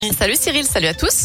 Salut Cyril, salut à tous.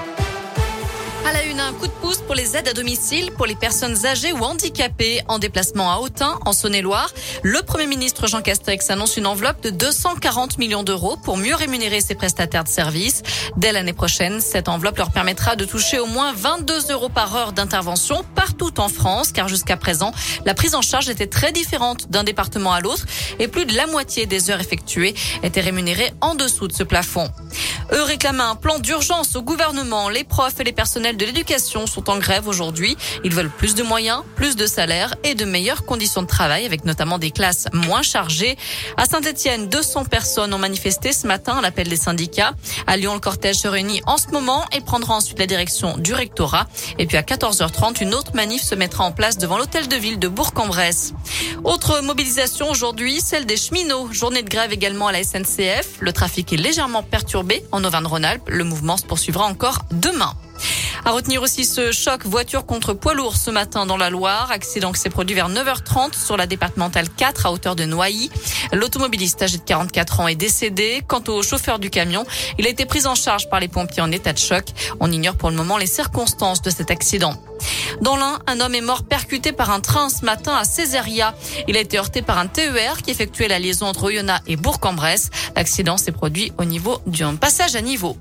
À la une, un coup de pouce pour les aides à domicile pour les personnes âgées ou handicapées en déplacement à Autun, en Saône-et-Loire. Le Premier ministre Jean Castex annonce une enveloppe de 240 millions d'euros pour mieux rémunérer ses prestataires de services. Dès l'année prochaine, cette enveloppe leur permettra de toucher au moins 22 euros par heure d'intervention partout en France, car jusqu'à présent, la prise en charge était très différente d'un département à l'autre et plus de la moitié des heures effectuées étaient rémunérées en dessous de ce plafond. Eux réclament un plan d'urgence au gouvernement. Les profs et les personnels de l'éducation sont en grève aujourd'hui. Ils veulent plus de moyens, plus de salaires et de meilleures conditions de travail, avec notamment des classes moins chargées. À Saint-Etienne, 200 personnes ont manifesté ce matin à l'appel des syndicats. À Lyon, le cortège se réunit en ce moment et prendra ensuite la direction du rectorat. Et puis à 14h30, une autre manif se mettra en place devant l'hôtel de ville de Bourg-en-Bresse. Autre mobilisation aujourd'hui, celle des cheminots. Journée de grève également à la SNCF. Le trafic est légèrement perturbé en Auvergne-Rhône-Alpes. Le mouvement se poursuivra encore demain. À retenir aussi ce choc voiture contre poids lourd ce matin dans la Loire. Accident qui s'est produit vers 9h30 sur la départementale 4 à hauteur de Noailly. L'automobiliste âgé de 44 ans est décédé. Quant au chauffeur du camion, il a été pris en charge par les pompiers en état de choc. On ignore pour le moment les circonstances de cet accident. Dans l'Ain, un homme est mort percuté par un train ce matin à Césaria. Il a été heurté par un TER qui effectuait la liaison entre Oyonnax et Bourg-en-Bresse. L'accident s'est produit au niveau d'un passage à niveau.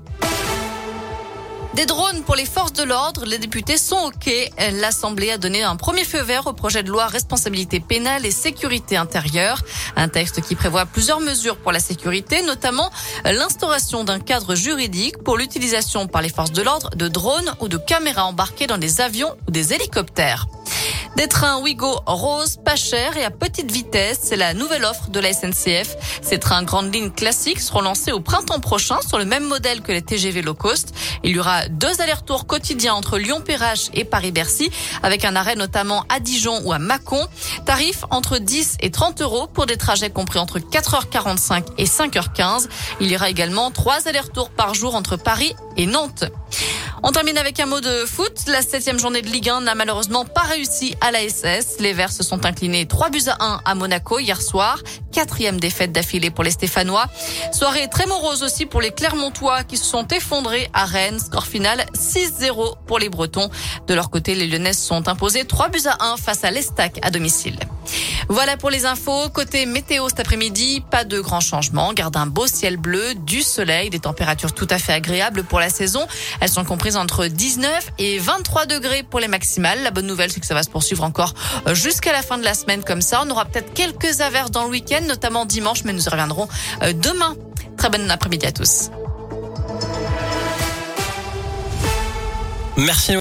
Des drones pour les forces de l'ordre, les députés sont OK. L'Assemblée a donné un premier feu vert au projet de loi responsabilité pénale et sécurité intérieure. Un texte qui prévoit plusieurs mesures pour la sécurité, notamment l'instauration d'un cadre juridique pour l'utilisation par les forces de l'ordre de drones ou de caméras embarquées dans des avions ou des hélicoptères. Des trains Ouigo roses, pas chers et à petite vitesse, c'est la nouvelle offre de la SNCF. Ces trains grandes lignes classiques seront lancés au printemps prochain sur le même modèle que les TGV low cost. Il y aura 2 allers-retours quotidiens entre Lyon-Perrache et Paris-Bercy, avec un arrêt notamment à Dijon ou à Mâcon. Tarif entre 10 et 30 euros pour des trajets compris entre 4h45 et 5h15. Il y aura également 3 allers-retours par jour entre Paris et Nantes. On termine avec un mot de foot. La 7e journée de Ligue 1 n'a malheureusement pas réussi à la SS. Les Verts se sont inclinés 3-1 à Monaco hier soir. 4e défaite d'affilée pour les Stéphanois. Soirée très morose aussi pour les Clermontois qui se sont effondrés à Rennes. Score final 6-0 pour les Bretons. De leur côté, les Lyonnais se sont imposés 3-1 face à l'Estac à domicile. Voilà pour les infos. Côté météo cet après-midi, pas de grands changements. Garde un beau ciel bleu, du soleil, des températures tout à fait agréables pour la saison. Elles sont comprises entre 19 et 23 degrés pour les maximales. La bonne nouvelle, c'est que ça va se poursuivre encore jusqu'à la fin de la semaine comme ça. On aura peut-être quelques averses dans le week-end, notamment dimanche, mais nous y reviendrons demain. Très bon après-midi à tous. Merci.